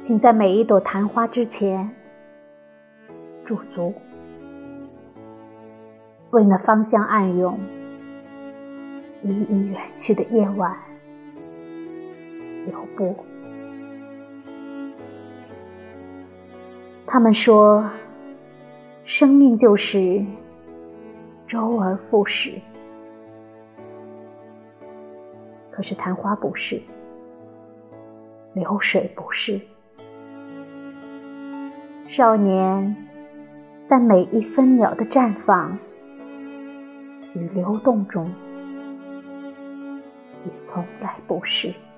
请在每一朵昙花之前驻足，为那芳香暗涌一一远去的夜晚留步。他们说，生命就是周而复始，可是昙花不是，流水不是。少年在每一分秒的绽放与流动中，也从来不是。